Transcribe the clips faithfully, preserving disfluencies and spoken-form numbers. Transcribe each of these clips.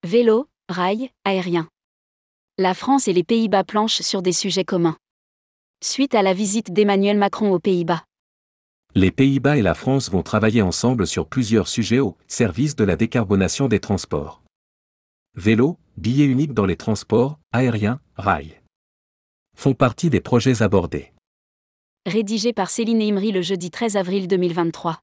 Vélo, rail, aérien. La France et les Pays-Bas planchent sur des sujets communs. Suite à la visite d'Emmanuel Macron aux Pays-Bas. Les Pays-Bas et la France vont travailler ensemble sur plusieurs sujets au service de la décarbonation des transports. Vélo, billet unique dans les transports, aériens, rail. Font partie des projets abordés. Rédigé par Céline Imri le jeudi treize avril deux mille vingt-trois.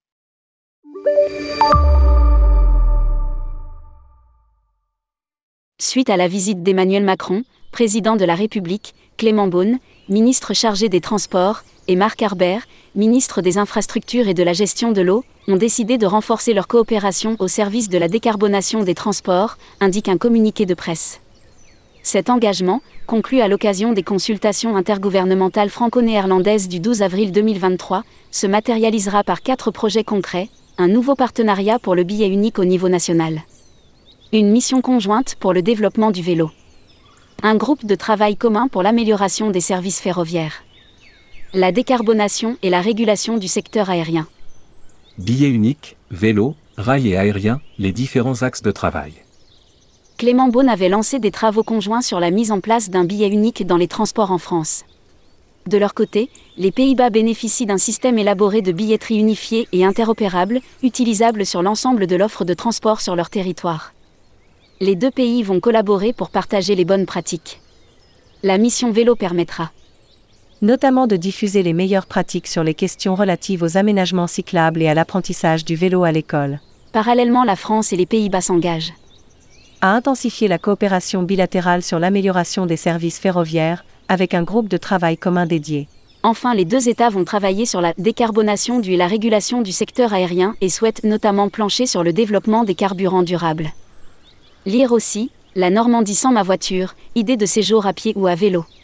Suite à la visite d'Emmanuel Macron, président de la République, Clément Beaune, ministre chargé des Transports, et Marc Harbert, ministre des Infrastructures et de la Gestion de l'eau, ont décidé de renforcer leur coopération au service de la décarbonation des transports, indique un communiqué de presse. Cet engagement, conclu à l'occasion des consultations intergouvernementales franco-néerlandaises du douze avril deux mille vingt-trois, se matérialisera par quatre projets concrets, un nouveau partenariat pour le billet unique au niveau national. Une mission conjointe pour le développement du vélo. Un groupe de travail commun pour l'amélioration des services ferroviaires. La décarbonation et la régulation du secteur aérien. Billet unique, vélo, rail et aérien, les différents axes de travail. Clément Beaune avait lancé des travaux conjoints sur la mise en place d'un billet unique dans les transports en France. De leur côté, les Pays-Bas bénéficient d'un système élaboré de billetterie unifiée et interopérable, utilisable sur l'ensemble de l'offre de transport sur leur territoire. Les deux pays vont collaborer pour partager les bonnes pratiques. La mission vélo permettra notamment de diffuser les meilleures pratiques sur les questions relatives aux aménagements cyclables et à l'apprentissage du vélo à l'école. Parallèlement, la France et les Pays-Bas s'engagent à intensifier la coopération bilatérale sur l'amélioration des services ferroviaires, avec un groupe de travail commun dédié. Enfin, les deux États vont travailler sur la décarbonation du et la régulation du secteur aérien et souhaitent notamment plancher sur le développement des carburants durables. Lire aussi, la Normandie sans ma voiture, idée de séjour à pied ou à vélo.